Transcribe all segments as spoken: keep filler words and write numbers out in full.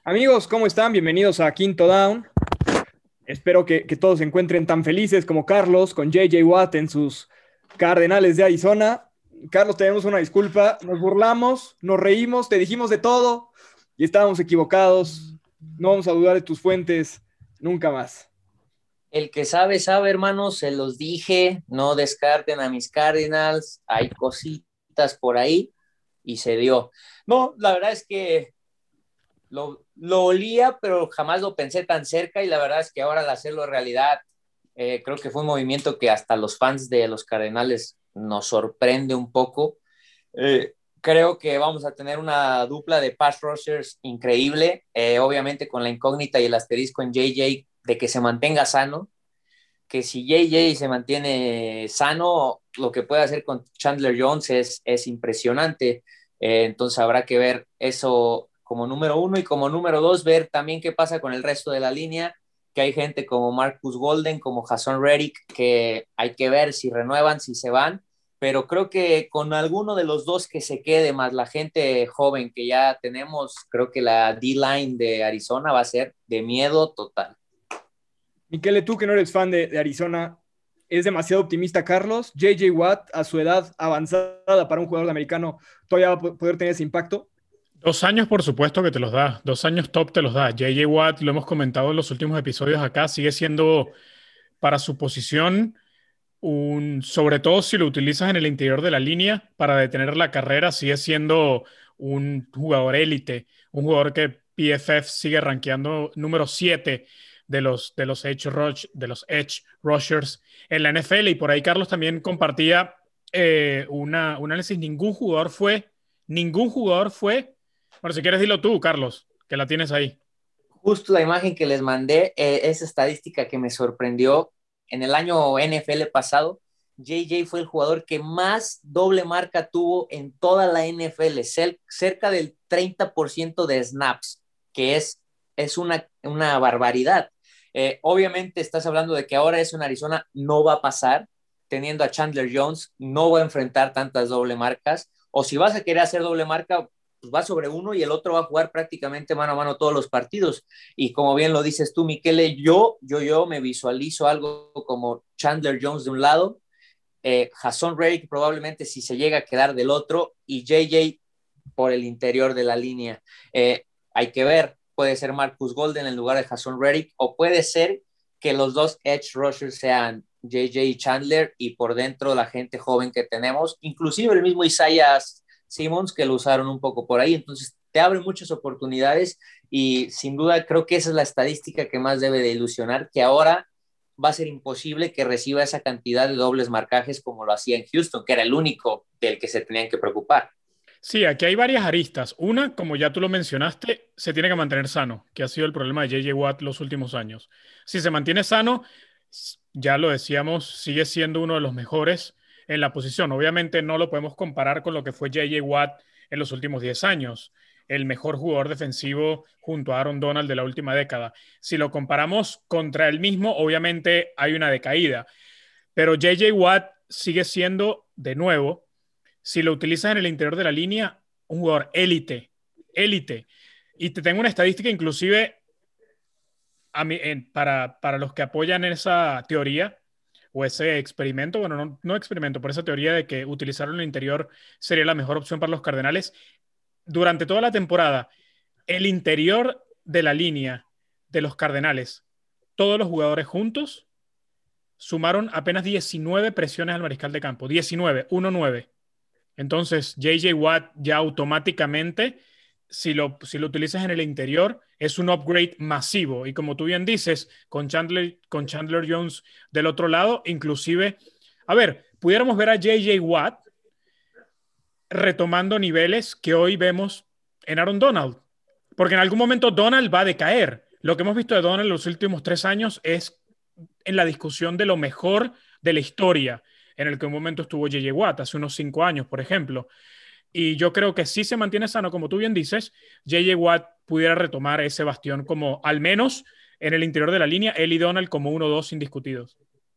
Amigos, ¿cómo están? Bienvenidos a Quinto Down. Espero que, que todos se encuentren tan felices como Carlos con J J Watt en sus Cardenales de Arizona. Carlos, tenemos una disculpa. Nos burlamos, nos reímos, te dijimos de todo y estábamos equivocados. No vamos a dudar de tus fuentes nunca más. El que sabe, sabe, hermanos, se los dije, no descarten a mis Cardinals, hay cositas por ahí y se dio. No, la verdad es que lo, lo olía, pero jamás lo pensé tan cerca y la verdad es que ahora al hacerlo realidad, eh, creo que fue un movimiento que hasta los fans de los Cardenales nos sorprende un poco. Eh, Creo que vamos a tener una dupla de pass rushers increíble, eh, obviamente con la incógnita y el asterisco en J J de que se mantenga sano, que si J J se mantiene sano, lo que puede hacer con Chandler Jones es, es impresionante. Eh, entonces habrá que ver eso como número uno y como número dos, ver también qué pasa con el resto de la línea, que hay gente como Marcus Golden, como Jason Reddick, que hay que ver si renuevan, si se van, pero creo que con alguno de los dos que se quede, más la gente joven que ya tenemos, creo que la D-line de Arizona va a ser de miedo total. Miquele, tú que no eres fan de, de Arizona, ¿es demasiado optimista Carlos? J J Watt, a su edad avanzada para un jugador de americano, ¿todavía va a poder tener ese impacto? Dos años, por supuesto que te los da. Dos años top te los da. J J Watt, lo hemos comentado en los últimos episodios acá, sigue siendo para su posición un, sobre todo si lo utilizas en el interior de la línea para detener la carrera, sigue siendo un jugador élite, un jugador que P F F sigue rankeando número siete de los, de los edge rush, de los edge rushers en la N F L. Y por ahí Carlos también compartía eh, una, un análisis. Ningún jugador fue, ningún jugador fue. Bueno, si quieres dilo tú, Carlos, que la tienes ahí. Justo la imagen que les mandé, eh, esa estadística que me sorprendió. En el año N F L pasado, J J fue el jugador que más doble marca tuvo en toda la N F L, cer cerca del treinta por ciento de snaps, que es, es una, una barbaridad. Eh, obviamente estás hablando de que ahora es en Arizona, no va a pasar, teniendo a Chandler Jones, no va a enfrentar tantas doble marcas, o si vas a querer hacer doble marca, pues va sobre uno y el otro va a jugar prácticamente mano a mano todos los partidos. Y como bien lo dices tú, Miquele, yo, yo, yo me visualizo algo como Chandler Jones de un lado, eh, Jason Reddick probablemente si se llega a quedar del otro y J J por el interior de la línea. Eh, hay que ver, puede ser Marcus Golden en lugar de Jason Reddick o puede ser que los dos edge rushers sean J J y Chandler y por dentro la gente joven que tenemos, inclusive el mismo Isaiah Simmons que lo usaron un poco por ahí, entonces te abre muchas oportunidades y sin duda creo que esa es la estadística que más debe de ilusionar, que ahora va a ser imposible que reciba esa cantidad de dobles marcajes como lo hacía en Houston, que era el único del que se tenían que preocupar. Sí, aquí hay varias aristas. Una, como ya tú lo mencionaste, se tiene que mantener sano, que ha sido el problema de J J Watt los últimos años. Si se mantiene sano, ya lo decíamos, sigue siendo uno de los mejores en la posición. Obviamente no lo podemos comparar con lo que fue J J Watt en los últimos diez años, el mejor jugador defensivo junto a Aaron Donald de la última década. Si lo comparamos contra él mismo, obviamente hay una decaída, pero J J Watt sigue siendo, de nuevo, si lo utilizas en el interior de la línea, un jugador élite, élite. Y te tengo una estadística inclusive a mí, en, para, para los que apoyan esa teoría o ese experimento, bueno, no, no experimento, por esa teoría de que utilizarlo en el interior sería la mejor opción para los Cardenales. Durante toda la temporada, el interior de la línea de los Cardenales, todos los jugadores juntos, sumaron apenas diecinueve presiones al mariscal de campo. diecinueve, uno nueve. Entonces, J J Watt ya automáticamente, si lo, si lo utilizas en el interior, es un upgrade masivo. Y como tú bien dices, con Chandler, con Chandler Jones del otro lado, inclusive, a ver, pudiéramos ver a J J Watt retomando niveles que hoy vemos en Aaron Donald. Porque en algún momento Donald va a decaer. Lo que hemos visto de Donald en los últimos tres años es en la discusión de lo mejor de la historia, en el que un momento estuvo J J Watt, hace unos cinco años, por ejemplo. Y yo creo que si se mantiene sano, como tú bien dices, J J Watt pudiera retomar ese bastión como, al menos en el interior de la línea, él y Donald como uno o dos indiscutidos.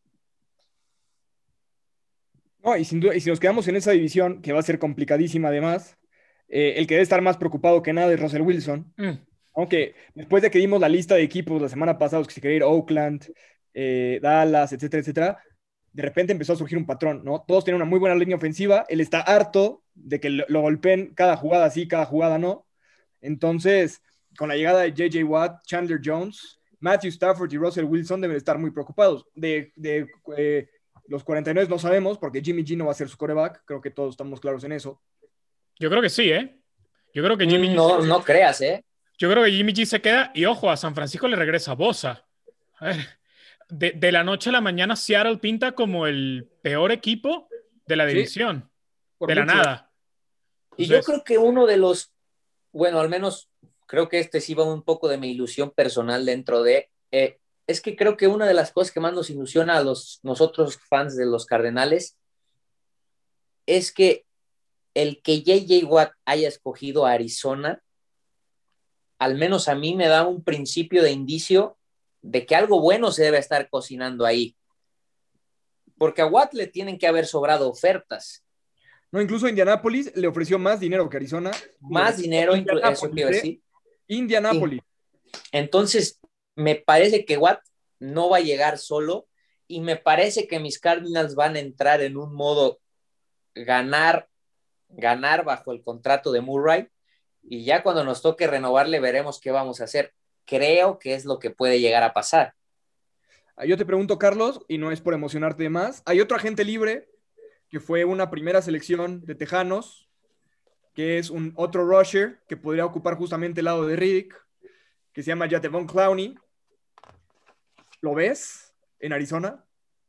No, y sin duda, y si nos quedamos en esa división, que va a ser complicadísima además, eh, el que debe estar más preocupado que nada es Russell Wilson. Mm. Aunque después de que dimos la lista de equipos la semana pasada, que se quería ir Oakland, eh, Dallas, etcétera, etcétera, de repente empezó a surgir un patrón, ¿no? Todos tienen una muy buena línea ofensiva, él está harto de que lo, lo golpeen cada jugada sí, cada jugada no. Entonces, con la llegada de J J. Watt, Chandler Jones, Matthew Stafford y Russell Wilson deben estar muy preocupados. De, de eh, los cuarenta y nueve no sabemos, porque Jimmy G no va a ser su quarterback, creo que todos estamos claros en eso. Yo creo que sí, ¿eh? Yo creo que Jimmy G No, se... no creas, ¿eh? Yo creo que Jimmy G se queda y, ojo, a San Francisco le regresa Bosa. A ver, de, de la noche a la mañana Seattle pinta como el peor equipo de la Sí, división, por de la mucho. nada. Y yo Entonces, creo que uno de los, bueno, al menos creo que este sí va un poco de mi ilusión personal dentro de, eh, es que creo que una de las cosas que más nos ilusiona a los, nosotros fans de los Cardenales es que el que J J. Watt haya escogido a Arizona, al menos a mí me da un principio de indicio de que algo bueno se debe estar cocinando ahí. Porque a Watt le tienen que haber sobrado ofertas. No, incluso Indianapolis le ofreció más dinero que Arizona. Y Más repito, dinero, eso te Indianapolis, iba a ¿eh? decir. Indianapolis. Entonces, me parece que Watt no va a llegar solo y me parece que mis Cardinals van a entrar en un modo ganar, ganar bajo el contrato de Murray y ya cuando nos toque renovarle veremos qué vamos a hacer. Creo que es lo que puede llegar a pasar. Yo te pregunto, Carlos, y no es por emocionarte más, hay otro agente libre que fue una primera selección de Tejanos, que es un otro rusher que podría ocupar justamente el lado de Riddick, que se llama Jatevon Clowney. ¿Lo ves en Arizona?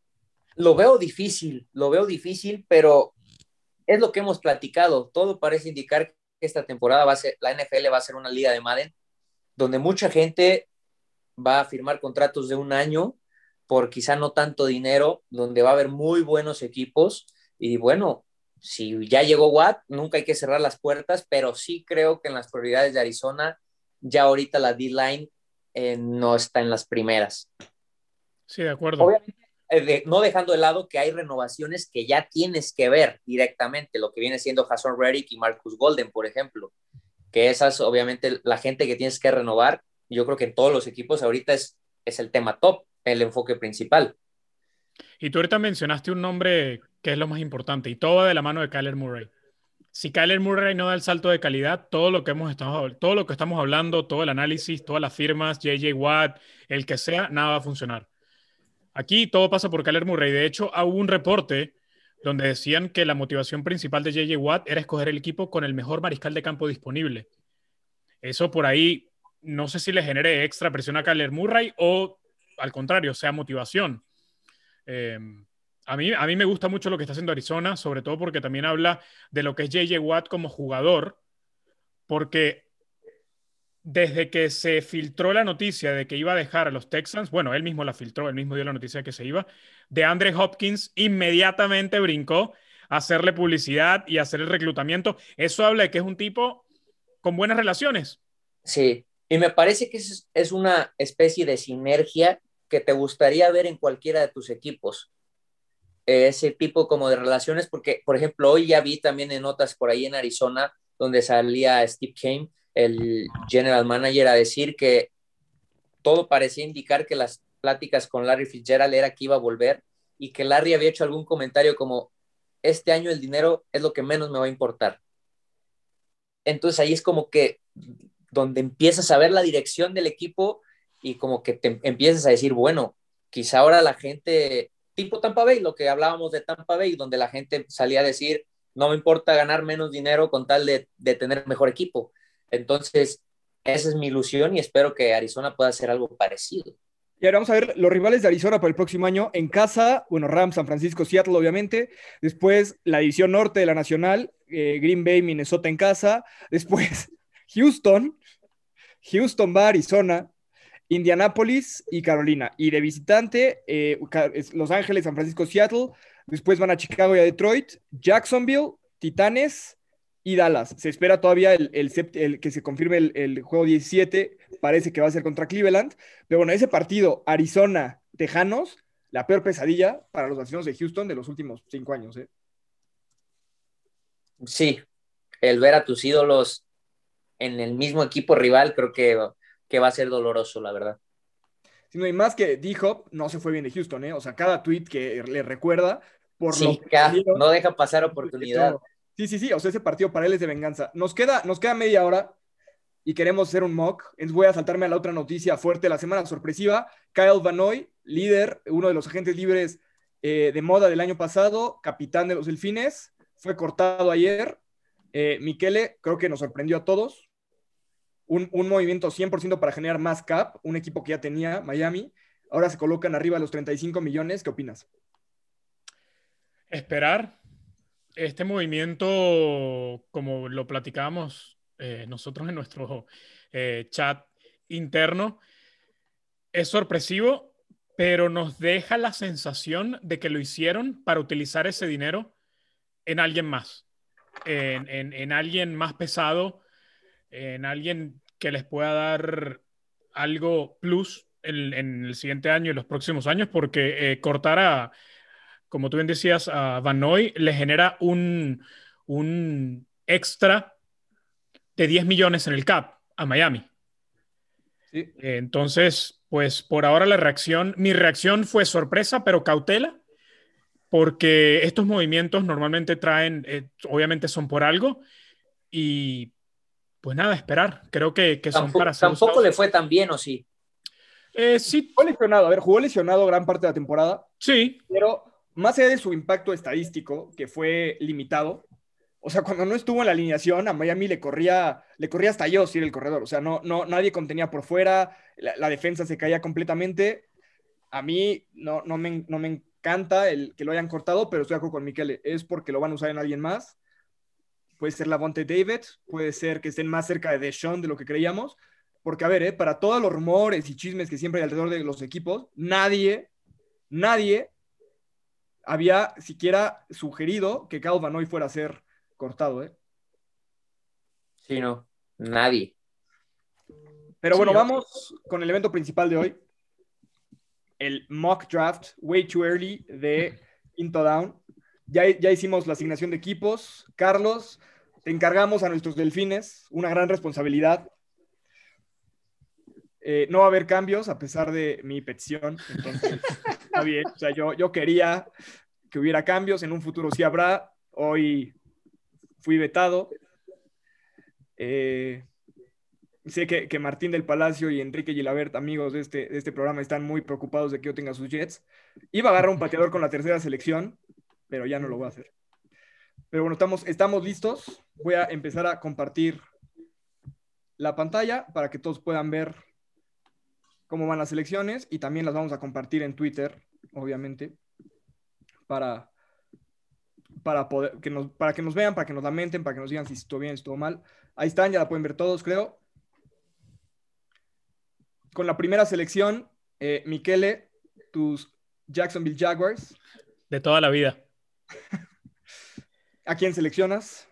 Lo veo difícil, lo veo difícil, pero es lo que hemos platicado. Todo parece indicar que esta temporada va a ser, la N F L va a ser una liga de Madden, donde mucha gente va a firmar contratos de un año por quizá no tanto dinero, donde va a haber muy buenos equipos. Y bueno, si ya llegó Watt, nunca hay que cerrar las puertas, pero sí creo que en las prioridades de Arizona, ya ahorita la D-line eh, no está en las primeras. sí, de acuerdo. Obviamente, eh, de, no dejando de lado que hay renovaciones que ya tienes que ver directamente, lo que viene siendo Haason Reddick y Marcus Golden, por ejemplo, que esas obviamente la gente que tienes que renovar, yo creo que en todos los equipos ahorita es, es el tema top, el enfoque principal. Y tú ahorita mencionaste un nombre que es lo más importante y todo va de la mano de Kyler Murray. Si Kyler Murray no da el salto de calidad, todo lo que hemos estado, todo lo que estamos hablando, todo el análisis, todas las firmas, J J. Watt, el que sea, nada va a funcionar. Aquí todo pasa por Kyler Murray. De hecho, hubo un reporte donde decían que la motivación principal de J J. Watt era escoger el equipo con el mejor mariscal de campo disponible. Eso por ahí, no sé si le genere extra presión a Kyler Murray o al contrario, sea motivación. Eh, a mí, a mí me gusta mucho lo que está haciendo Arizona, sobre todo porque también habla de lo que es J J. Watt como jugador, porque desde que se filtró la noticia de que iba a dejar a los Texans, bueno, él mismo la filtró, él mismo dio la noticia de que se iba, de Andre Hopkins inmediatamente brincó a hacerle publicidad y a hacer el reclutamiento. Eso habla de que es un tipo con buenas relaciones. Sí, y me parece que es, es una especie de sinergia que te gustaría ver en cualquiera de tus equipos. Ese tipo como de relaciones, porque, por ejemplo, hoy ya vi también en notas por ahí en Arizona, donde salía Steve Keim, el general manager, a decir que todo parecía indicar que las pláticas con Larry Fitzgerald era que iba a volver y que Larry había hecho algún comentario como, este año el dinero es lo que menos me va a importar. Entonces ahí es como que donde empiezas a ver la dirección del equipo y como que te empiezas a decir, bueno, quizá ahora la gente, tipo Tampa Bay, lo que hablábamos de Tampa Bay, donde la gente salía a decir, no me importa ganar menos dinero con tal de, de tener mejor equipo. Entonces, esa es mi ilusión y espero que Arizona pueda hacer algo parecido. Y ahora vamos a ver los rivales de Arizona para el próximo año. En casa, bueno, Rams, San Francisco, Seattle, obviamente. Después, la división norte de la Nacional, eh, Green Bay, Minnesota en casa. Después, Houston. Houston va a Arizona. Indianapolis y Carolina. Y de visitante, eh, Los Ángeles, San Francisco, Seattle. Después van a Chicago y a Detroit. Jacksonville, Titanes y Dallas. Se espera todavía el, el, el que se confirme el, el juego diecisiete. Parece que va a ser contra Cleveland. Pero bueno, ese partido, Arizona-Tejanos, la peor pesadilla para los aficionados de Houston de los últimos cinco años. ¿eh? Sí, el ver a tus ídolos en el mismo equipo rival, creo que, que va a ser doloroso, la verdad. Sí, no, y más que D-Hop no se fue bien de Houston, ¿eh? O sea, cada tweet que le recuerda por Sí, lo que ya, salieron, no deja pasar oportunidad. Sí, sí, sí, o sea, ese partido para él es de venganza. Nos queda, nos queda media hora y queremos hacer un mock. Entonces voy a saltarme a la otra noticia fuerte, la semana sorpresiva. Kyle Van Noy, líder, uno de los agentes libres eh, de moda del año pasado, capitán de los Delfines, fue cortado ayer. Eh, Michele, creo que nos sorprendió a todos. Un, un movimiento cien por ciento para generar más cap, un equipo que ya tenía Miami. Ahora se colocan arriba de los treinta y cinco millones. ¿Qué opinas? Esperar. Este movimiento, como lo platicábamos eh, nosotros en nuestro eh, chat interno, es sorpresivo, pero nos deja la sensación de que lo hicieron para utilizar ese dinero en alguien más, en, en, en alguien más pesado, en alguien que les pueda dar algo plus en, en el siguiente año y los próximos años, porque eh, cortar a, como tú bien decías, a Van Noy le genera un, un extra de diez millones en el cap a Miami. Sí. Entonces, pues por ahora la reacción, mi reacción fue sorpresa, pero cautela, porque estos movimientos normalmente traen, eh, obviamente son por algo, y pues nada, esperar. Creo que, que son Tampoco, para ser tampoco usados. le fue tan bien, ¿o sí? Eh, sí, Jugó lesionado, a ver, jugó lesionado gran parte de la temporada, sí. pero más allá de su impacto estadístico, que fue limitado, o sea, cuando no estuvo en la alineación, a Miami le corría, le corría hasta yo, si era el corredor. O sea, no, no, nadie contenía por fuera, la, la defensa se caía completamente. A mí no, no, me, no me encanta el que lo hayan cortado, pero estoy de acuerdo con Michele. Es porque lo van a usar en alguien más. Puede ser Lavonte David, puede ser que estén más cerca de Deshaun de lo que creíamos. Porque, a ver, eh, para todos los rumores y chismes que siempre hay alrededor de los equipos, nadie, nadie había siquiera sugerido que Kyle Van Noy fuera a ser cortado, ¿eh? Sí, no, nadie. Pero Sí, bueno, yo- vamos con el evento principal de hoy. El mock draft, way too early, de Quinto Down. Ya, ya hicimos la asignación de equipos. Carlos, te encargamos a nuestros delfines, una gran responsabilidad. Eh, no va a haber cambios a pesar de mi petición, entonces está bien. O sea, yo, yo quería que hubiera cambios, en un futuro sí habrá. Hoy fui vetado. Eh, sé que, que Martín del Palacio y Enrique Gilabert, amigos de este, de este programa, están muy preocupados de que yo tenga sus Jets. Iba a agarrar un pateador con la tercera selección, pero ya no lo voy a hacer. Pero bueno, estamos, estamos listos. Voy a empezar a compartir la pantalla para que todos puedan ver cómo van las selecciones y también las vamos a compartir en Twitter, obviamente, para, para, poder, que nos, para que nos vean, para que nos lamenten, para que nos digan si estuvo bien, si estuvo mal. Ahí están, ya la pueden ver todos, creo. Con la primera selección, eh, Michele, tus Jacksonville Jaguars. de toda la vida. ¿A quién seleccionas?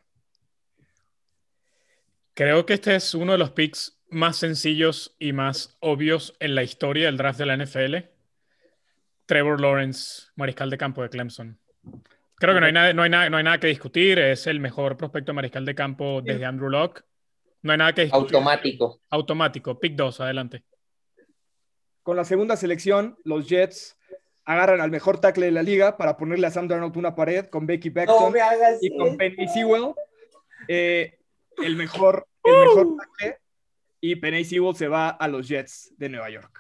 Creo que este es uno de los picks más sencillos y más obvios en la historia del draft de la N F L. Trevor Lawrence, mariscal de campo de Clemson. Creo que no hay, nada, no, hay nada, no hay nada que discutir. Es el mejor prospecto de mariscal de campo desde Andrew Luck. No hay nada que discutir. Automático. Automático. Pick dos, adelante. Con la segunda selección, los Jets agarran al mejor tackle de la liga para ponerle a Sam Darnold una pared con Becky Beckton No me hagas y con esto. Penny Sewell. Eh, el mejor, el mejor tackle. Y Penny Sewell se va a los Jets de Nueva York.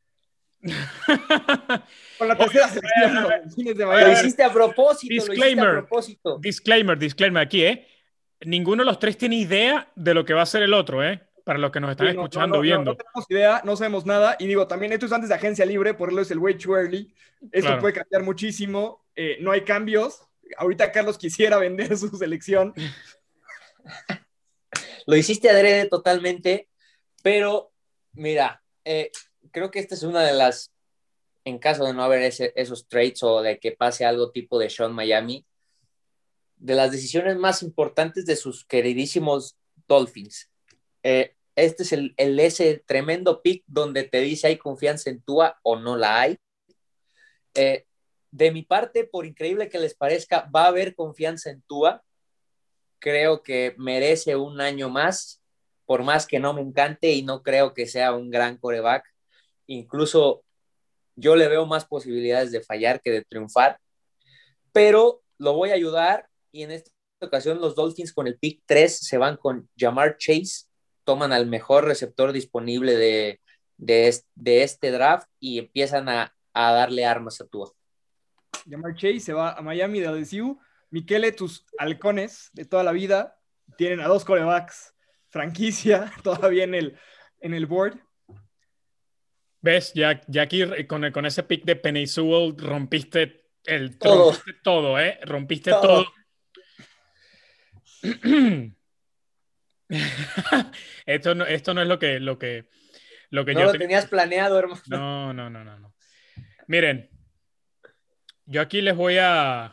Con la tercera selección, los Delfines de Lo Miami. hiciste a propósito, lo hiciste a Disclaimer. propósito. Disclaimer, disclaimer aquí, ¿eh? Ninguno de los tres tiene idea de lo que va a ser el otro, ¿eh? Para los que nos están Sí, no, escuchando, no, no, viendo. No, no tenemos idea, no sabemos nada. Y digo, también esto es antes de agencia libre, por eso es el way too early. Esto Claro. puede cambiar muchísimo. Eh, no hay cambios. Ahorita Carlos quisiera vender su selección. Lo hiciste adrede totalmente, pero mira, eh, creo que esta es una de las, en caso de no haber ese, esos trades o de que pase algo tipo de Sean Miami, de las decisiones más importantes de sus queridísimos Dolphins. Eh, este es el, el ese tremendo pick donde te dice hay confianza en Tua o no la hay. Eh, de mi parte, por increíble que les parezca, va a haber confianza en Tua. Creo que merece un año más. por más que no me encante y no creo que sea un gran quarterback, incluso yo le veo más posibilidades de fallar que de triunfar, pero lo voy a ayudar y en esta ocasión los Dolphins con el pick tres se van con Ja'Marr Chase, toman al mejor receptor disponible de, de, este, de este draft y empiezan a, a darle armas a Tua. Ja'Marr Chase se va a Miami de L S U. Miquele, tus halcones de toda la vida tienen a dos quarterbacks franquicia todavía en el, en el board. ¿Ves? Ya, ya aquí con, con ese pick de Penei Sewell rompiste el todo, rompiste todo, ¿eh? Rompiste todo. todo. esto, no, esto no es lo que, lo que, lo que no yo lo te... tenías planeado, hermano. No, no, no, no, no. Miren, yo aquí les voy a...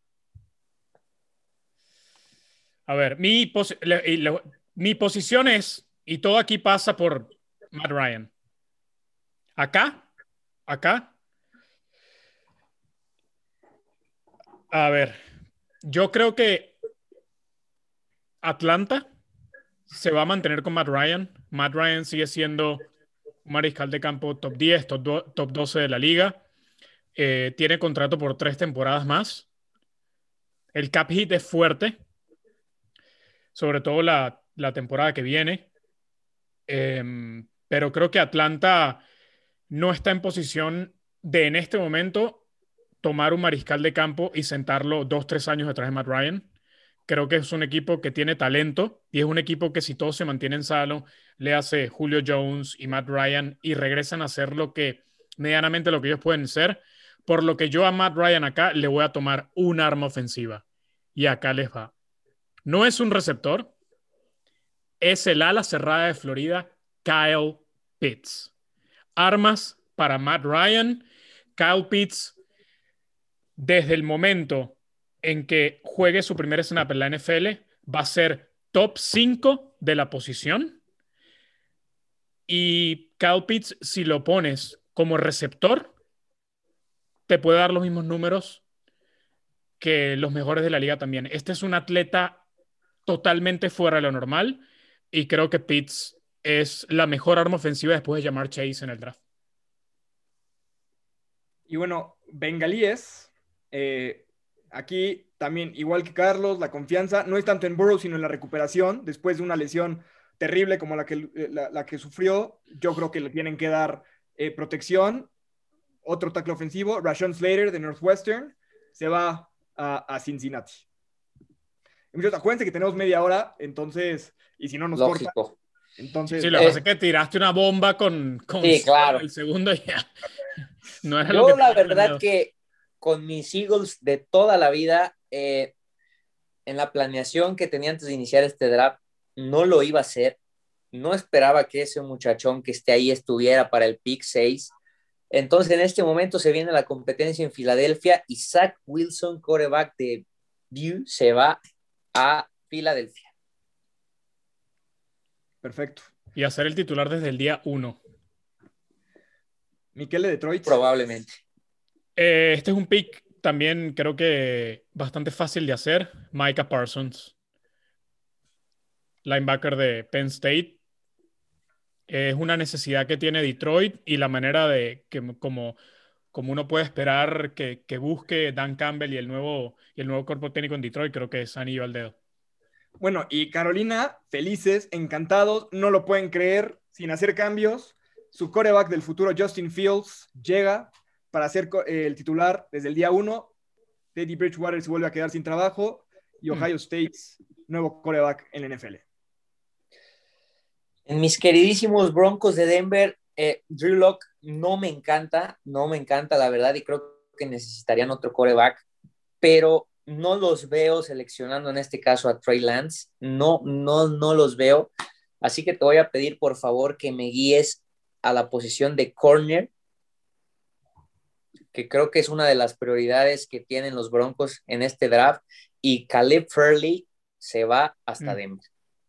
A ver, mi, pos... le, le, mi posición es, y todo aquí pasa por Matt Ryan. Acá, acá. A ver, yo creo que Atlanta se va a mantener con Matt Ryan. Matt Ryan sigue siendo un mariscal de campo top diez, top, do, top doce de la liga. Eh, tiene contrato por tres temporadas más. El cap hit es fuerte, sobre todo la, la temporada que viene. Eh, pero creo que Atlanta no está en posición de en este momento tomar un mariscal de campo y sentarlo dos, tres años detrás de Matt Ryan. Creo que es un equipo que tiene talento y es un equipo que si todos se mantienen sano, le hace Julio Jones y Matt Ryan y regresan a ser lo que medianamente lo que ellos pueden ser. Por lo que yo a Matt Ryan acá le voy a tomar un arma ofensiva. Y acá les va. No es un receptor, es el ala cerrada de Florida, Kyle Pitts. Armas para Matt Ryan. Kyle Pitts, desde el momento en que juegue su primer snap en la N F L, va a ser top cinco de la posición. Y Kyle Pitts, si lo pones como receptor, te puede dar los mismos números que los mejores de la liga también. Este es un atleta totalmente fuera de lo normal y creo que Pitts es la mejor arma ofensiva después de Ja'Marr Chase en el draft. Y bueno, bengalíes, eh, aquí también, igual que Carlos, la confianza no es tanto en Burrow, sino en la recuperación. Después de una lesión terrible como la que, la, la que sufrió, yo creo que le tienen que dar eh, protección. Otro tackle ofensivo, Rashawn Slater de Northwestern, se va a, a Cincinnati. Y muchachos, acuérdense que tenemos media hora, entonces, y si no nos Lógico. corta, entonces... Sí, lo que eh, pasa es que tiraste una bomba con, con sí, claro. el segundo ya. No era Yo lo que la verdad planeado. que con mis Eagles de toda la vida, eh, en la planeación que tenía antes de iniciar este draft, no lo iba a hacer. No esperaba que ese muchachón que esté ahí estuviera para el pick seis. Entonces, en este momento se viene la competencia en Filadelfia y Zach Wilson, quarterback de View, se va a Filadelfia. Perfecto. Y a ser el titular desde el día uno. Miquel de Detroit. Probablemente. Eh, este es un pick también creo que bastante fácil de hacer. Micah Parsons, linebacker de Penn State. Es una necesidad que tiene Detroit y la manera de que como, como uno puede esperar que, que busque Dan Campbell y el nuevo, y el nuevo cuerpo técnico en Detroit, creo que es anillo al dedo. Bueno, y Carolina, felices, encantados, no lo pueden creer, sin hacer cambios. Su quarterback del futuro, Justin Fields, llega para ser eh, el titular desde el día uno. Teddy Bridgewater se vuelve a quedar sin trabajo y Ohio mm. State, nuevo quarterback en la N F L. En mis queridísimos Broncos de Denver, eh, Drew Lock no me encanta, no me encanta la verdad y creo que necesitarían otro quarterback, pero no los veo seleccionando en este caso a Trey Lance, no, no, no los veo, así que te voy a pedir por favor que me guíes a la posición de corner, que creo que es una de las prioridades que tienen los Broncos en este draft, y Caleb Farley se va hasta mm. Denver.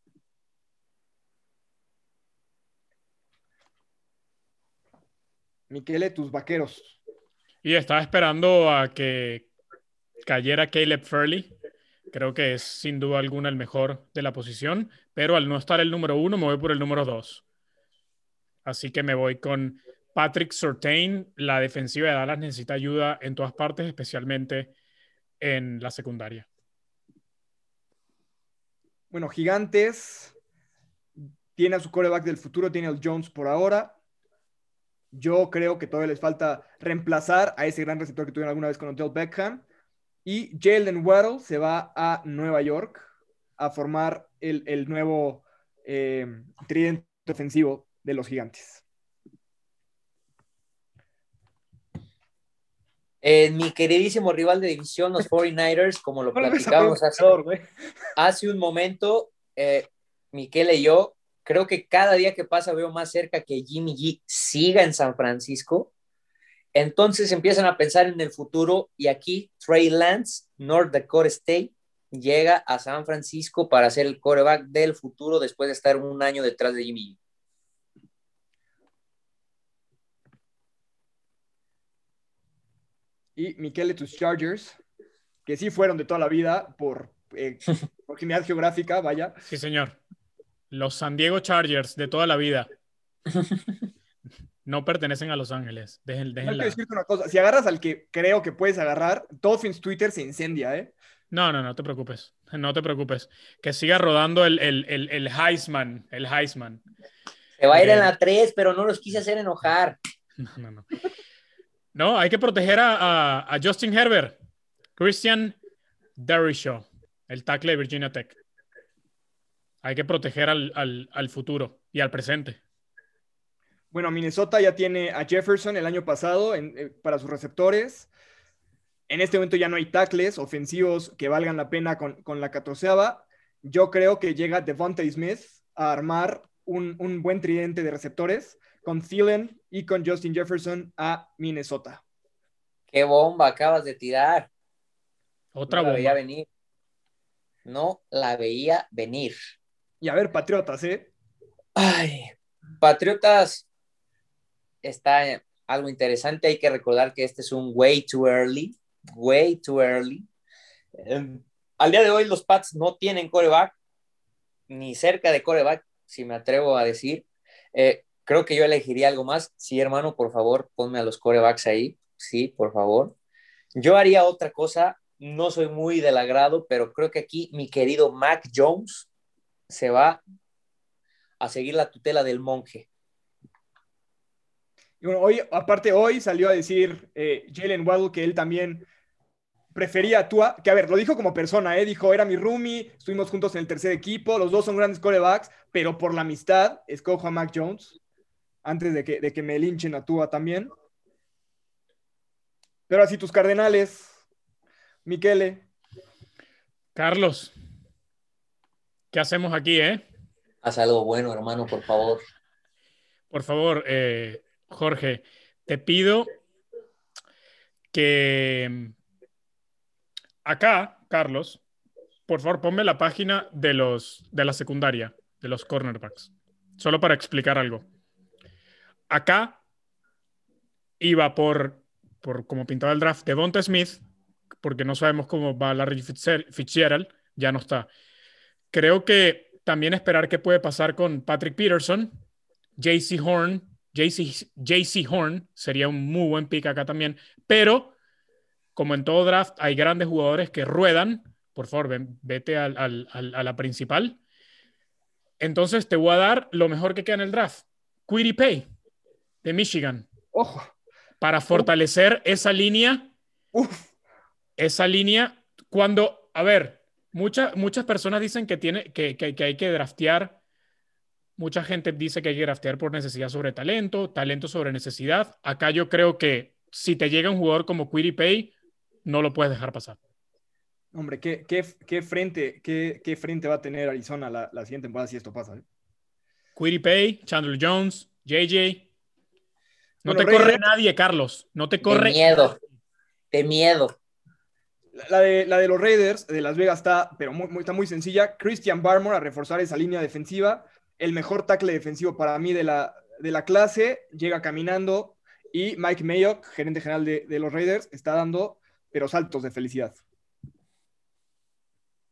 Miquele, tus vaqueros. Y estaba esperando a que cayera Caleb Farley, Creo que es sin duda alguna el mejor de la posición, pero al no estar el número uno, me voy por el número dos. Así que me voy con Patrick Surtain. La defensiva de Dallas necesita ayuda en todas partes, especialmente en la secundaria. Bueno, Gigantes tiene a su quarterback del futuro, tiene al Jones por ahora. Yo creo que todavía les falta reemplazar a ese gran receptor que tuvieron alguna vez con Odell Beckham. Y Jalen Waddle se va a Nueva York a formar el, el nuevo eh, tridente ofensivo de los Gigantes. En mi queridísimo rival de división, los cuarenta y nueve ers, como lo platicábamos hace, hace un momento, eh, Miquel y yo, creo que cada día que pasa veo más cerca que Jimmy G siga en San Francisco. Entonces empiezan a pensar en el futuro y aquí Trey Lance, North Dakota State, llega a San Francisco para ser el quarterback del futuro después de estar un año detrás de Jimmy G. Y Miquel, tus Chargers, que sí fueron de toda la vida por eh, proximidad geográfica, vaya. Sí, señor. Los San Diego Chargers de toda la vida. No pertenecen a Los Ángeles. Dejen, dejen no la... quiero decirte una cosa. Si agarras al que creo que puedes agarrar, Dolphins Twitter se incendia, ¿eh? No, no, no te preocupes. No te preocupes. Que siga rodando el, el, el, el Heisman. El Heisman. Se va a ir eh... en la tres, pero no los quise hacer enojar. No, no, no. No, hay que proteger a, a, a Justin Herbert. Christian Darrisaw, el tackle de Virginia Tech. Hay que proteger al, al, al futuro y al presente. Bueno, Minnesota ya tiene a Jefferson el año pasado en, eh, para sus receptores. En este momento ya no hay tackles ofensivos que valgan la pena con, con la catorceava. Yo creo que llega Devontae Smith a armar un, un buen tridente de receptores con Thielen y con Justin Jefferson a Minnesota. ¡Qué bomba acabas de tirar! Otra no bomba. No la veía venir. No la veía venir. Y a ver, Patriotas, ¿eh? Ay, Patriotas está algo interesante. Hay que recordar que este es un way too early. Way too early. Eh, al día de hoy los Pats no tienen quarterback, ni cerca de quarterback, si me atrevo a decir. Eh, creo que yo elegiría algo más. Sí, hermano, por favor, ponme a los quarterbacks ahí. Sí, por favor. Yo haría otra cosa. No soy muy del agrado, pero creo que aquí mi querido Mac Jones se va a seguir la tutela del monje. Y bueno, hoy, aparte hoy salió a decir eh, Jalen Waddle que él también prefería a Tua, que a ver, lo dijo como persona, ¿eh? Dijo, era mi roomie, estuvimos juntos en el tercer equipo, los dos son grandes quarterbacks, pero por la amistad escojo a Mac Jones antes de que, de que me linchen a Tua también. Pero así tus Cardenales, Miquele. Carlos, ¿qué hacemos aquí, eh? Haz algo bueno, hermano, por favor. Por favor, eh, Jorge, te pido que acá, Carlos, por favor, ponme la página de, los, de la secundaria, de los cornerbacks, solo para explicar algo. Acá iba por, por como pintaba el draft, Devonta Smith, porque no sabemos cómo va Larry Fitzgerald, ya no está. Creo que también esperar qué puede pasar con Patrick Peterson, J C Horn, J C Horn sería un muy buen pick acá también, pero como en todo draft hay grandes jugadores que ruedan, por favor, ven, vete al, al, al, a la principal. Entonces te voy a dar lo mejor que queda en el draft. Kwity Paye, de Michigan. Ojo. Para fortalecer Uf. esa línea. Uf. Esa línea, cuando, a ver, mucha, muchas personas dicen que, tiene, que, que, que hay que draftear. Mucha gente dice que hay que draftear por necesidad sobre talento, talento sobre necesidad. Acá yo creo que si te llega un jugador como Kwity Paye, no lo puedes dejar pasar. Hombre, ¿qué, qué, qué, frente, qué, qué frente va a tener Arizona la, la siguiente temporada si esto pasa? ¿eh? Kwity Paye, Chandler Jones, J J. No bueno, te corre Raiders, nadie, Carlos. No te corre. De miedo. De miedo. La de, la de los Raiders de Las Vegas está, pero muy, muy, está muy sencilla. Christian Barmore a reforzar esa línea defensiva. El mejor tackle defensivo para mí de la, de la clase. Llega caminando. Y Mike Mayock, gerente general de, de los Raiders, está dando, pero saltos de felicidad.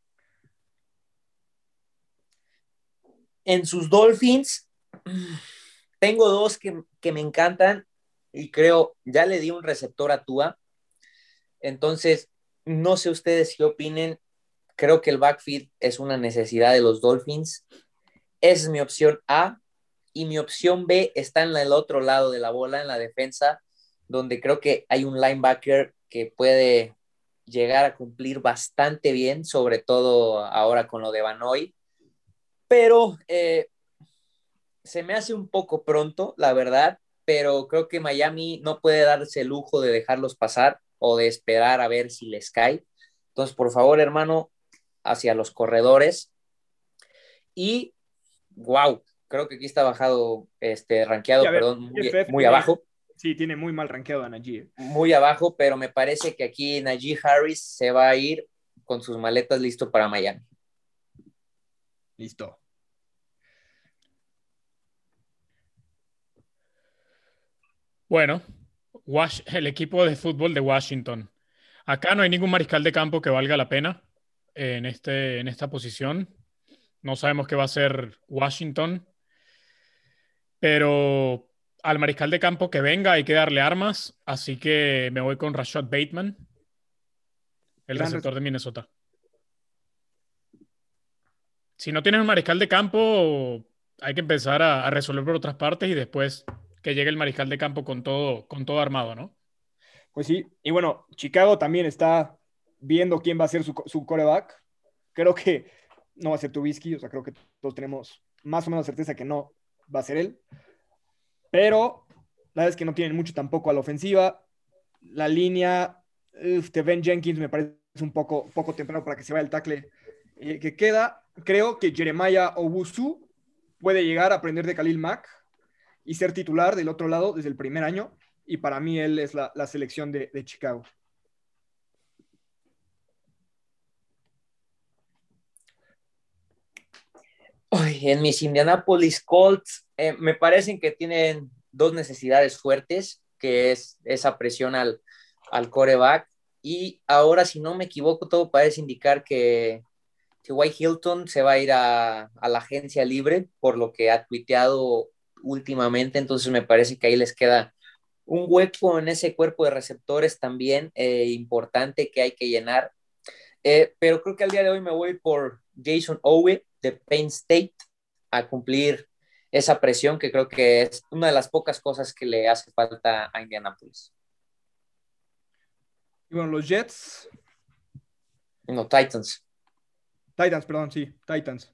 En sus Dolphins, tengo dos que, que me encantan y creo, ya le di un receptor a Tua. Entonces, no sé ustedes qué opinen. Creo que el backfield es una necesidad de los Dolphins. Esa es mi opción A. Y mi opción B está en el otro lado de la bola, en la defensa, donde creo que hay un linebacker que puede llegar a cumplir bastante bien, sobre todo ahora con lo de Van Noy. Pero eh, se me hace un poco pronto, la verdad, pero creo que Miami no puede darse el lujo de dejarlos pasar o de esperar a ver si les cae. Entonces, por favor, hermano, hacia los corredores. Y, wow, creo que aquí está bajado, este, Y a rankeado, ver, perdón, muy, P F F muy tiene, abajo, sí, tiene muy mal rankeado a Najee. muy abajo, pero me parece que aquí Najee Harris se va a ir con sus maletas listo para Miami. Listo. Bueno, Wash- el equipo de fútbol de Washington. Acá no hay ningún mariscal de campo que valga la pena en, este, en esta posición. No sabemos qué va a hacer Washington, pero al mariscal de campo que venga hay que darle armas, así que me voy con Rashad Bateman, el Gran receptor receptor. de Minnesota. Si no tienes un mariscal de campo, hay que empezar a, a resolver por otras partes y después que llegue el mariscal de campo con todo, con todo armado, ¿no? Pues sí, y bueno, Chicago también está viendo quién va a ser su, su coreback. Creo que no va a ser Trubisky, o sea, creo que todos tenemos más o menos certeza que no va a ser él. Pero la verdad es que no tienen mucho tampoco a la ofensiva. La línea, uf, de Ben Jenkins me parece un poco, poco temprano para que se vaya el tackle eh, que queda. Creo que Jeremiah Owusu puede llegar a aprender de Khalil Mack y ser titular del otro lado desde el primer año. Y para mí él es la, la selección de, de Chicago. Ay, en mis Indianapolis Colts, eh, me parecen que tienen dos necesidades fuertes, que es esa presión al, al coreback. Y ahora, si no me equivoco, todo parece indicar que, que White Hilton se va a ir a, a la agencia libre, por lo que ha tuiteado últimamente. Entonces me parece que ahí les queda un hueco en ese cuerpo de receptores también eh, importante que hay que llenar. Eh, pero creo que al día de hoy me voy por Jason Owe de Penn State a cumplir esa presión que creo que es una de las pocas cosas que le hace falta a Indianapolis. Y bueno, los Jets, No, Titans. Titans, perdón, sí, Titans.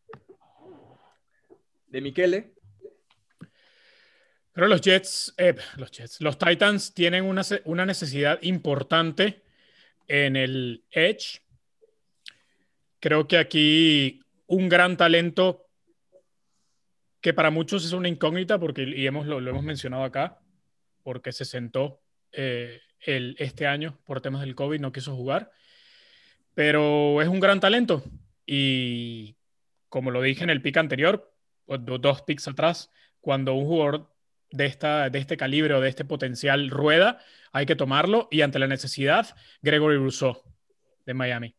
De Michele. Pero los Jets, eh, los Jets, los Titans tienen una, una necesidad importante en el Edge. Creo que aquí un gran talento que para muchos es una incógnita, porque y hemos, lo, lo hemos mencionado acá, porque se sentó eh, el, este año por temas del COVID, no quiso jugar, pero es un gran talento. Y como lo dije en el pick anterior, o do- dos picks atrás, cuando un jugador de, esta, de este calibre o de este potencial rueda, hay que tomarlo. Y ante la necesidad, Gregory Rousseau de Miami.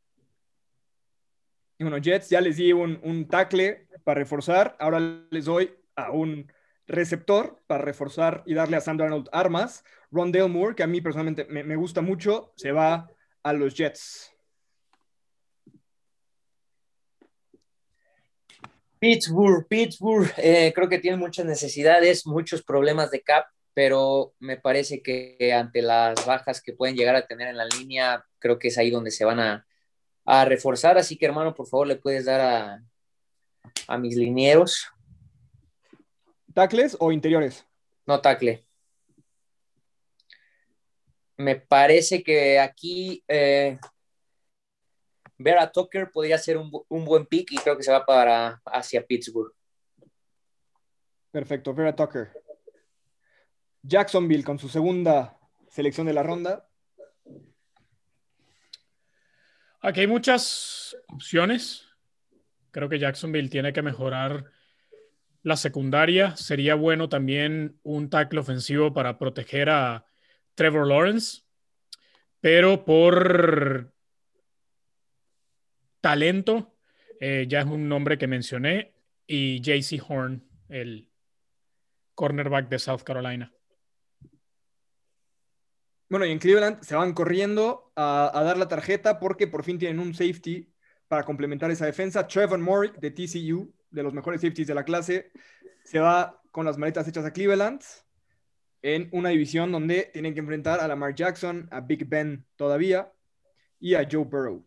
Y bueno, Jets ya les di un, un tackle para reforzar. Ahora les doy a un receptor para reforzar y darle a Sam Darnold armas. Rondale Moore, que a mí personalmente me, me gusta mucho, se va a los Jets. Pittsburgh, Pittsburgh, eh, creo que tiene muchas necesidades, muchos problemas de cap, pero me parece que ante las bajas que pueden llegar a tener en la línea, creo que es ahí donde se van a, a reforzar. Así que, hermano, por favor, le puedes dar a, a mis linieros. ¿Tackles o interiores? No tackle. Me parece que aquí eh, Vera Tucker podría ser un, un, buen pick y creo que se va para hacia Pittsburgh. Perfecto, Vera Tucker. Jacksonville con su segunda selección de la ronda. Aquí hay muchas opciones. Creo que Jacksonville tiene que mejorar la secundaria. Sería bueno también un tackle ofensivo para proteger a Trevor Lawrence, pero por talento, eh, ya es un nombre que mencioné. y J C Horn, el cornerback de South Carolina. Bueno, y en Cleveland se van corriendo a, a dar la tarjeta porque por fin tienen un safety para complementar esa defensa. Trevor Morrick de T C U, de los mejores safeties de la clase, se va con las maletas hechas a Cleveland en una división donde tienen que enfrentar a Lamar Jackson, a Big Ben todavía y a Joe Burrow.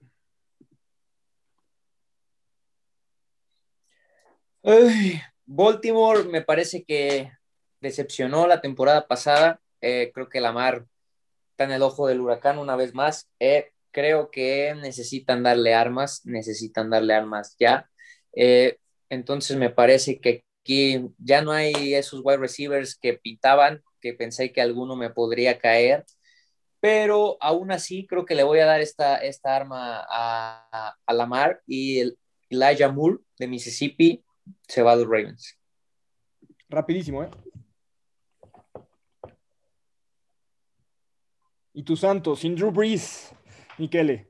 Uy, Baltimore me parece que decepcionó la temporada pasada. Eh, creo que Lamar está en el ojo del huracán una vez más. Eh, creo que necesitan darle armas, necesitan darle armas ya. Eh, entonces me parece que aquí ya no hay esos wide receivers que pintaban, que pensé que alguno me podría caer, pero aún así creo que le voy a dar esta, esta arma a, a Lamar, y el Elijah Moore de Mississippi se va a los Ravens. Rapidísimo, ¿eh? Y tu santo, sin Drew Brees, Michele.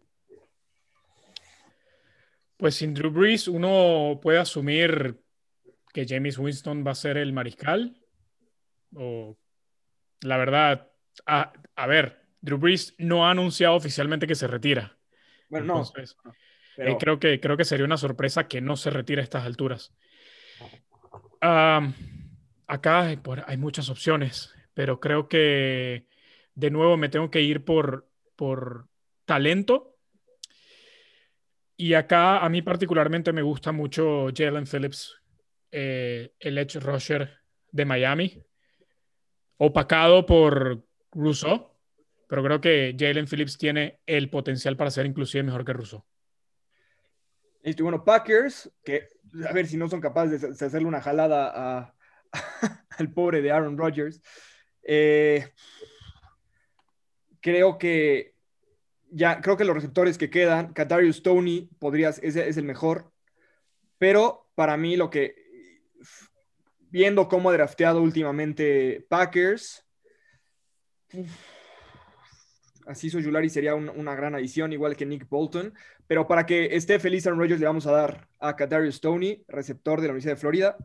Pues sin Drew Brees uno puede asumir que Jameis Winston va a ser el mariscal. O la verdad, a, a ver, Drew Brees no ha anunciado oficialmente que se retira. Bueno, Entonces, no, eh, pero creo que, creo que sería una sorpresa que no se retire a estas alturas. Um, acá hay, por- hay muchas opciones, pero creo que de nuevo me tengo que ir por, por talento. Y acá a mí particularmente me gusta mucho Jalen Phillips, eh, el edge rusher de Miami, opacado por Rousseau, pero creo que Jalen Phillips tiene el potencial para ser inclusive mejor que Rousseau. este, bueno, Packers, que a ver si no son capaces de, de hacerle una jalada a, al pobre de Aaron Rodgers. Eh, creo que ya, creo que los receptores que quedan, Kadarius Toney podrías, ese es el mejor, pero para mí lo que, viendo cómo ha drafteado últimamente Packers, así Sojulari sería un, una gran adición, igual que Nick Bolton, pero para que esté feliz Aaron Rodgers le vamos a dar a Kadarius Toney, receptor de la Universidad de Florida,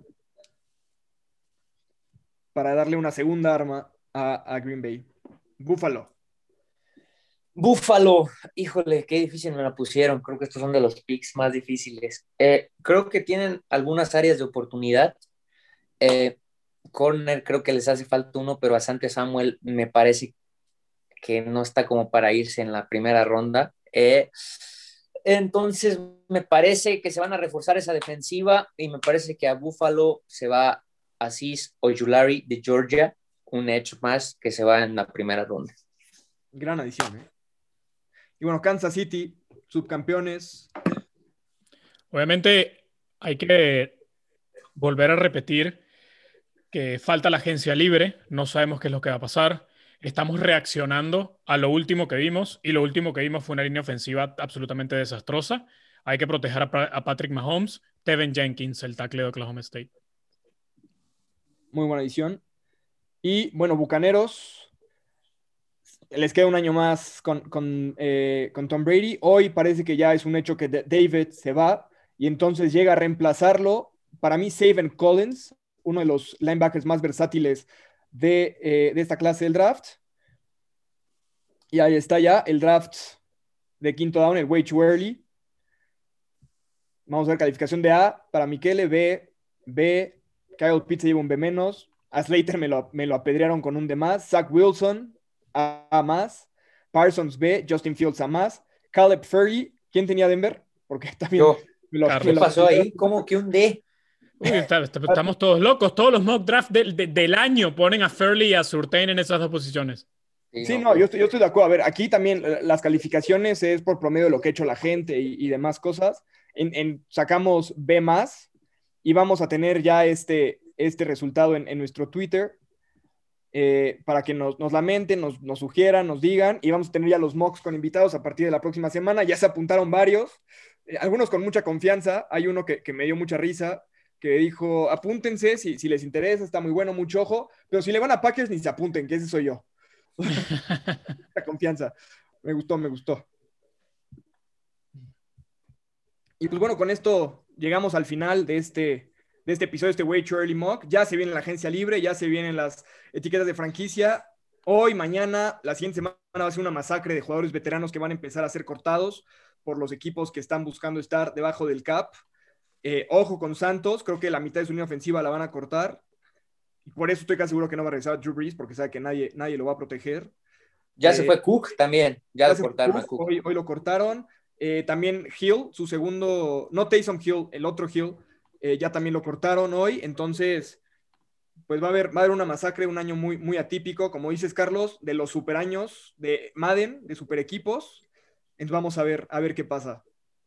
para darle una segunda arma a, a Green Bay. Buffalo. Buffalo, híjole, qué difícil me la pusieron. Creo que estos son de los picks más difíciles. Eh, creo que tienen algunas áreas de oportunidad. Eh, Corner, creo que les hace falta uno, pero a Asante Samuel me parece que no está como para irse en la primera ronda. Eh, entonces, me parece que se van a reforzar esa defensiva, y me parece que a Buffalo se va Aziz Ojulari de Georgia, un edge más que se va en la primera ronda. Gran adición, ¿eh? Y bueno, Kansas City, subcampeones. Obviamente hay que volver a repetir que falta la agencia libre, no sabemos qué es lo que va a pasar. Estamos reaccionando a lo último que vimos, y lo último que vimos fue una línea ofensiva absolutamente desastrosa. Hay que proteger a, pa a Patrick Mahomes, Tevin Jenkins, el tackle de Oklahoma State. Muy buena edición. Y bueno, Bucaneros, les queda un año más con, con, eh, con Tom Brady. Hoy parece que ya es un hecho que David se va y entonces llega a reemplazarlo. Para mí, Zaven Collins, uno de los linebackers más versátiles de, eh, de esta clase del draft. Y ahí está ya el draft de quinto down, el way too early. Vamos a ver calificación de A para Michele, B, B, Kyle Pitts se lleva un B menos, a Slater me lo, me lo apedrearon con un D más, Zach Wilson A, A más, Parsons B, Justin Fields A más, Caleb Furley, ¿quién tenía Denver? Porque también Yo, me lo, Carlos. me ¿qué lo pasó ahí? ¿Cómo que un D? Uy, está, está, estamos todos locos. Todos los mock draft del, de, del año ponen a Furley y a Surtain en esas dos posiciones. Sí, Sí, no, no, yo estoy, yo estoy de acuerdo. A ver, aquí también eh, las calificaciones es por promedio de lo que ha hecho la gente y, y demás cosas. En, en- sacamos B más y vamos a tener ya este, este resultado en, en nuestro Twitter eh, para que nos, nos lamenten, nos, nos sugieran, nos digan, y vamos a tener ya los mocks con invitados a partir de la próxima semana. Ya se apuntaron varios, eh, algunos con mucha confianza. Hay uno que, que me dio mucha risa, que dijo, apúntense si, si les interesa, está muy bueno, mucho ojo, pero si le van a Packers ni se apunten, que ese soy yo. Mucha confianza. Me gustó, me gustó. Y pues bueno, con esto llegamos al final de este de este episodio, este Way Too Early Mock. Ya se viene la agencia libre, ya se vienen las etiquetas de franquicia. Hoy, mañana, la siguiente semana va a ser una masacre de jugadores veteranos que van a empezar a ser cortados por los equipos que están buscando estar debajo del cap. Eh, ojo con Santos, creo que la mitad de su línea ofensiva la van a cortar. Y por eso estoy casi seguro que no va a regresar Drew Brees, porque sabe que nadie, nadie lo va a proteger. Ya eh, se fue Cook también, ya, ya lo cortaron Cook, a Cook. Hoy, hoy lo cortaron. Eh, también Hill, su segundo, no Taysom Hill, el otro Hill, eh, ya también lo cortaron hoy. Entonces, pues va a haber, va a haber una masacre, un año muy, muy atípico, como dices, Carlos, de los super años de Madden, de super equipos. Entonces vamos a ver, a ver qué pasa.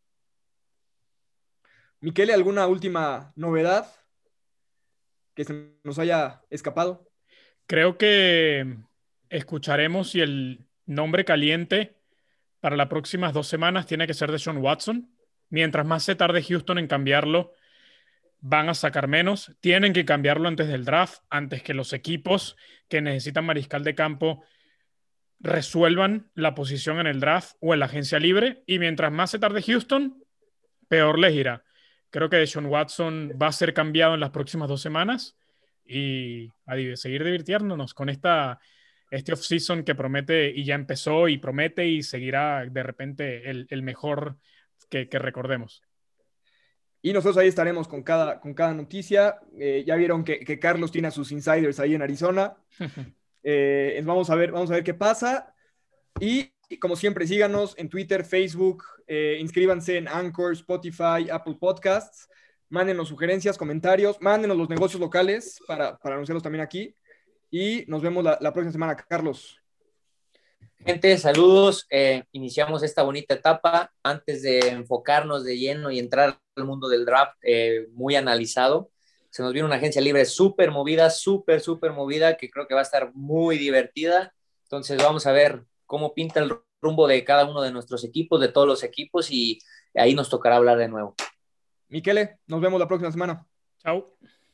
Miquele, ¿alguna última novedad que se nos haya escapado? Creo que escucharemos si el nombre caliente para las próximas dos semanas tiene que ser de Deshaun Watson. Mientras más se tarde Houston en cambiarlo, van a sacar menos. Tienen que cambiarlo antes del draft, antes que los equipos que necesitan mariscal de campo resuelvan la posición en el draft o en la agencia libre. Y mientras más se tarde Houston, peor les irá. Creo que Deshaun Watson va a ser cambiado en las próximas dos semanas y a seguir divirtiéndonos con esta, este off-season que promete y ya empezó y promete y seguirá de repente el, el mejor que, que recordemos. Y nosotros ahí estaremos con cada, con cada noticia. Eh, ya vieron que, que Carlos tiene a sus insiders ahí en Arizona. Eh, vamos, a ver, vamos a ver qué pasa. Y como siempre, síganos en Twitter, Facebook, eh, inscríbanse en Anchor, Spotify, Apple Podcasts. Mándenos sugerencias, comentarios, mándenos los negocios locales para, para anunciarlos también aquí. Y nos vemos la, la próxima semana, Carlos. Gente, saludos. Eh, iniciamos esta bonita etapa antes de enfocarnos de lleno y entrar al mundo del draft eh, muy analizado. Se nos viene una agencia libre súper movida, súper, súper movida, que creo que va a estar muy divertida. Entonces vamos a ver cómo pinta el rumbo de cada uno de nuestros equipos, de todos los equipos, y ahí nos tocará hablar de nuevo. Miquele, nos vemos la próxima semana. Chao.